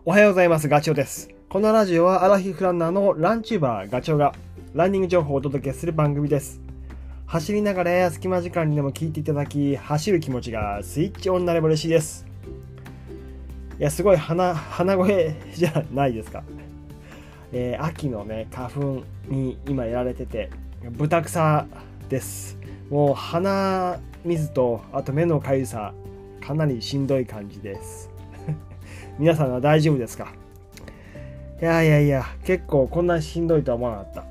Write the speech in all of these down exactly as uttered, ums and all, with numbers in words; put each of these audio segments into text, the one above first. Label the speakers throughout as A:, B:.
A: おはようございます。ガチョウです。このラジオはアラヒフランナーのランチューバーガチョウがランニング情報をお届けする番組です。走りながらや隙間時間にでも聞いていただき、走る気持ちがスイッチオンになれば嬉しいです。いや、すごい鼻、鼻声じゃないですか。えー、秋のね、花粉に今やられてて、ブタクサです。もう鼻水と、あと目のかゆさ、かなりしんどい感じです。皆さんは大丈夫ですか？いやいやいや、結構こんなにしんどいとは思わなかった。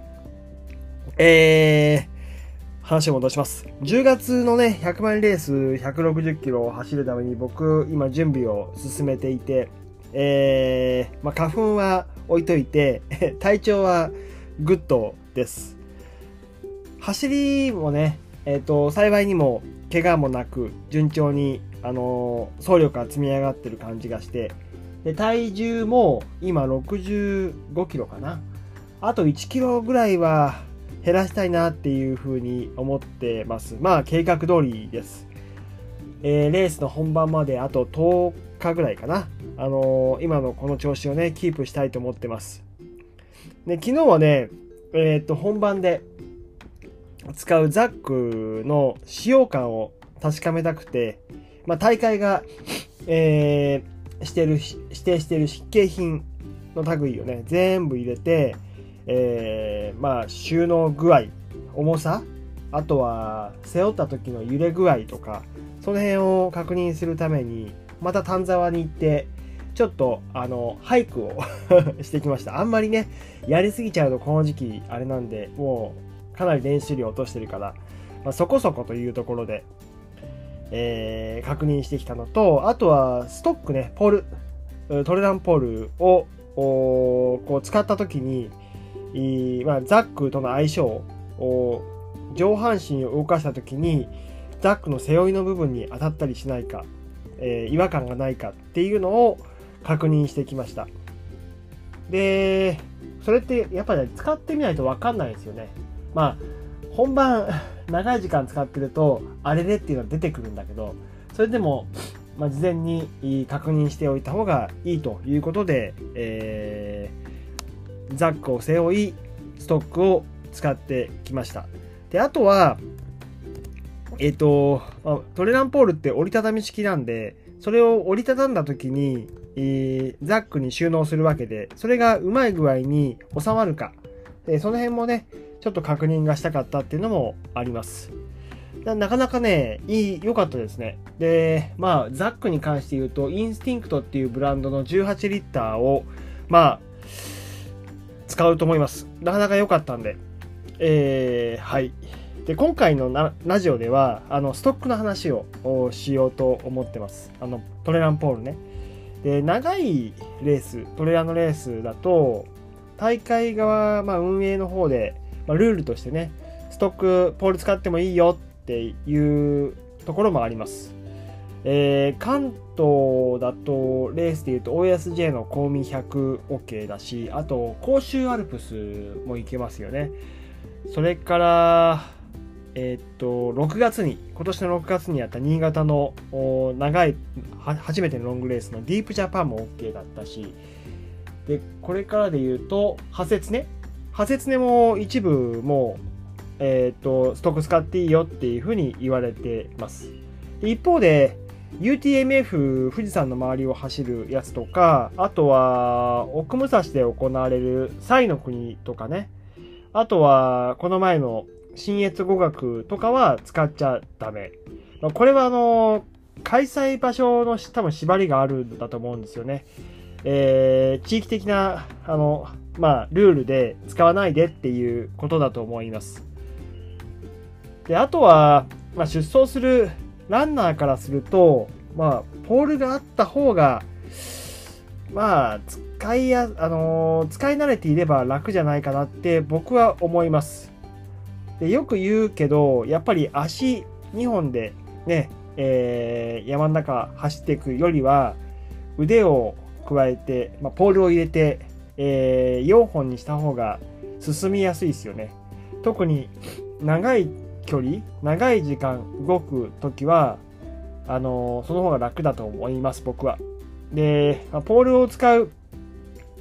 A: えー、話を戻します。じゅうがつのね、ひゃくマイルレースひゃくろくじゅっキロを走るために僕、今準備を進めていて、えー、まあ、花粉は置いといて、体調はグッドです。走りもね、えっと、幸いにも怪我もなく、順調に、あのー、走力が積み上がってる感じがして、で体重も今ろくじゅうごキロかな。あといちキロぐらいは減らしたいなっていうふうに思ってます。まあ計画通りです。えー、レースの本番まであととおかぐらいかな。あのー、今のこの調子をね、キープしたいと思ってます。で、昨日はね、えー、っと、本番で使うザックの使用感を確かめたくて、まあ大会が、えー、してる指定している筆記品の類をね全部入れて、えー、まあ収納具合、重さ、あとは背負った時の揺れ具合とか、その辺を確認するためにまた丹沢に行ってちょっとあの俳句をしてきました。あんまりねやりすぎちゃうとこの時期あれなんで、もうかなり練習量落としてるから、まあ、そこそこというところでえー、確認してきたのと、あとはストックね、ポール、トレランポールをこう使った時に、まあ、ザックとの相性を、上半身を動かした時にザックの背負いの部分に当たったりしないか、えー、違和感がないかっていうのを確認してきました。で、それってやっぱり、ね、使ってみないと分かんないですよね。まあ本番長い時間使ってるとあれれっていうのは出てくるんだけど、それでも、まあ、事前に確認しておいた方がいいということで、えー、ザックを背負いストックを使ってきました。で、あとはえっとトレランポールって折りたたみ式なんで、それを折りたたんだ時に、えー、ザックに収納するわけで、それがうまい具合に収まるか、でその辺もねちょっと確認がしたかったっていうのもあります。なかなかね、いい、良かったですね。で、まあ、ザックに関して言うと、インスティンクトっていうブランドのじゅうはちリッターを、まあ、使うと思います。なかなか良かったんで。えー、はい。で、今回のなラジオでは、あの、ストックの話をしようと思ってます。あの、トレランポールね。で、長いレース、トレランのレースだと、大会側、まあ、運営の方で、まあ、ルールとしてね、ストックポール使ってもいいよっていうところもあります。えー、関東だとレースでいうと オーエスジェー のコーミ ひゃくオーケー だし、あと甲州アルプスも行けますよね。それからえー、っとろくがつに今年のろくがつにやった新潟の長い初めてのロングレースのディープジャパンも OK だったし、でこれからで言うとハセツネハセツネも一部もう、えー、とストック使っていいよっていうふうに言われてます。で一方で ユーティーエムエフ 富士山の周りを走るやつとか、あとは奥武蔵で行われる彩の国とかね、あとはこの前の信越語学とかは使っちゃダメ。これはあの開催場所の多分縛りがあるんだと思うんですよね。えー、地域的なあのまあ、ルールで使わないでっていうことだと思います。で、あとは、まあ、出走するランナーからすると、まあ、ポールがあった方が、まあ、使いや、あのー、使い慣れていれば楽じゃないかなって僕は思います。で、よく言うけど、やっぱり足にほんでね、えー、山の中走っていくよりは、腕を加えて、まあ、ポールを入れて、えー、よんほんにした方が進みやすいですよね。特に長い距離、長い時間動くときは、あのー、その方が楽だと思います、僕は。で、ポールを使う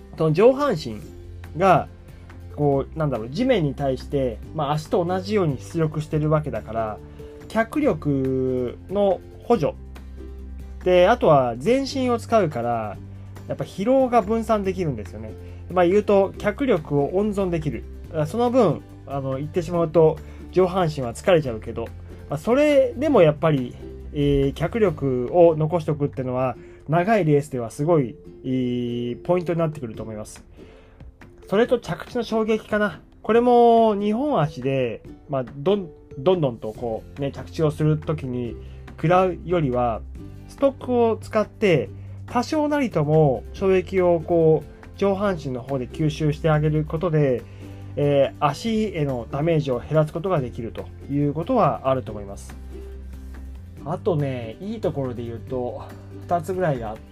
A: その上半身がこうなんだろう地面に対して、まあ、足と同じように出力してるわけだから、脚力の補助で、あとは全身を使うからやっぱ疲労が分散できるんですよね。まあ言うと脚力を温存できる。その分あの言ってしまうと上半身は疲れちゃうけど、まあ、それでもやっぱり、えー、脚力を残しておくっていうのは長いレースではすごい、えー、ポイントになってくると思います。それと着地の衝撃かな。これもにほん足で、まあ、どんどんどんとこう、ね、着地をするときに食らうよりはストックを使って多少なりとも衝撃をこう上半身の方で吸収してあげることで、えー、足へのダメージを減らすことができるということはあると思います。あとね、いいところで言うとふたつぐらいがあって、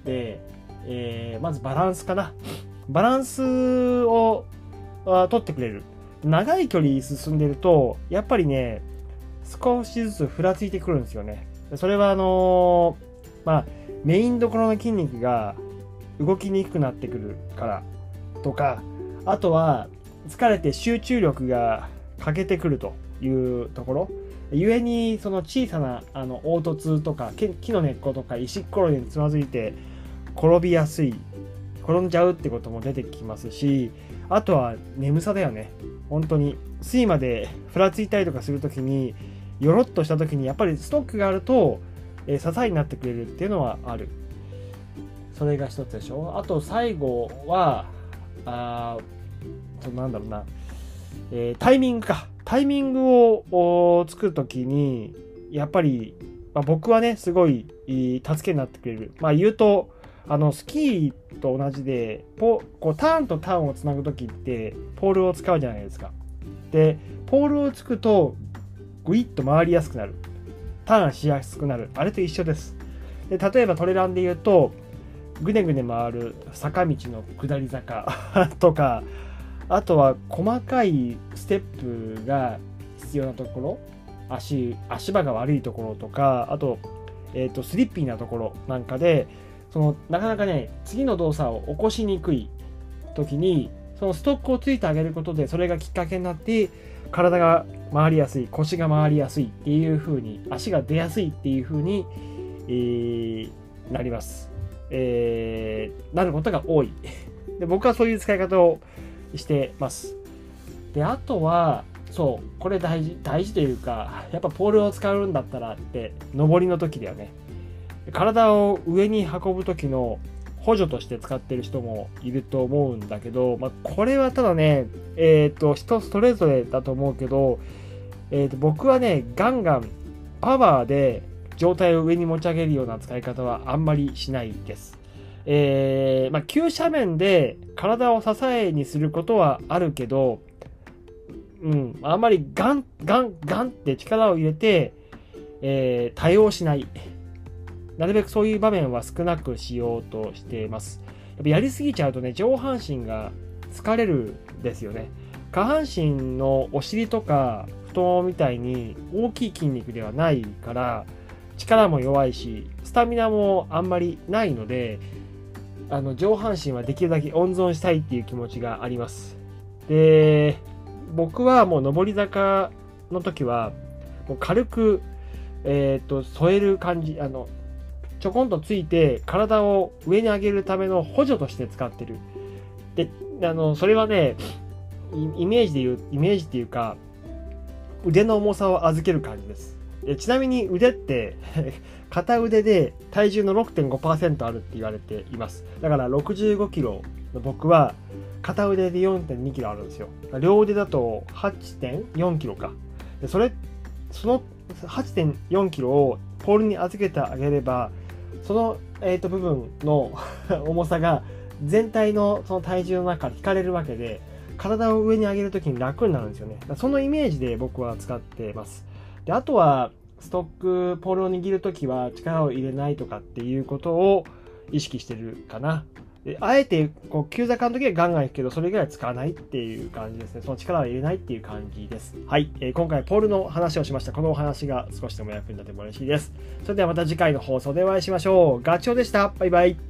A: えー、まずバランスかな。バランスを取ってくれる。長い距離進んでるとやっぱりね、少しずつふらついてくるんですよね。それはあのー、まあメインどころの筋肉が動きにくくなってくるからとか、あとは疲れて集中力が欠けてくるというところ、故にその小さなあの凹凸とか木の根っことか石ころにつまずいて転びやすい、転んじゃうってことも出てきますし、あとは眠さだよね。本当に睡魔でふらついたりとかするときによろっとしたときにやっぱりストックがあると、えー、支えになってくれるっていうのはある。それが一つでしょ。あと最後はあーなんだろうな、えー、タイミングか。タイミングを作るときにやっぱり、まあ、僕はねすごい助けになってくれる。まあ言うとあのスキーと同じでポこうターンとターンをつなぐときってポールを使うじゃないですか。でポールをつくとグイッと回りやすくなる、ターンしやすくなる、あれと一緒です。で例えばトレランで言うとぐねぐね回る坂道の下り坂とか、あとは細かいステップが必要なところ、足足場が悪いところとか、あと、えーと、スリッピーなところなんかでそのなかなかね次の動作を起こしにくい時にそのストックをついてあげることで、それがきっかけになって体が回りやすい、腰が回りやすいっていう風に、足が出やすいっていう風に、えー、なります、えー、なることが多いで僕はそういう使い方をしてます。であとはそうこれ大事大事というか、やっぱポールを使うんだったらって上りの時だよね。体を上に運ぶ時の補助として使ってる人もいると思うんだけど、まあ、これはただね、えっと人それぞれだと思うけど、えーと僕はねガンガンパワーで上体を上に持ち上げるような使い方はあんまりしないです。えーまあ、急斜面で体を支えにすることはあるけど、うん、あんまりガンガンガンって力を入れて、えー、対応しない。なるべくそういう場面は少なくしようとしています。やっぱやりすぎちゃうとね、上半身が疲れるんですよね。下半身のお尻とか太ももみたいに大きい筋肉ではないから、力も弱いし、スタミナもあんまりないので、あの上半身はできるだけ温存したいっていう気持ちがあります。で、僕はもう上り坂の時はもう軽く、えー、と添える感じ、あのちょこんとついて体を上に上げるための補助として使ってる。で、あのそれはね、イメージで言うイメージっていうか腕の重さを預ける感じです。でちなみに腕って片腕で体重の ろくてんごパーセント あるって言われています。だからろくじゅうごキロの僕は片腕で よんてんにキロあるんですよ。両腕だと はちてんよんキロか。でそれその はちてんよんキロをポールに預けてあげれば、その、えーと部分の重さが全体のその体重の中から引かれるわけで、体を上に上げるときに楽になるんですよね。そのイメージで僕は使ってます。であとはストックポールを握るときは力を入れないとかっていうことを意識してるかな。であえてこう急坂の時はガンガン行くけど、それ以外は使わないっていう感じですね。その力を入れないっていう感じです。はい、えー、今回ポールの話をしました。このお話が少しでも役に立てば嬉しいです。それではまた次回の放送でお会いしましょう。ガチョウでした。バイバイ。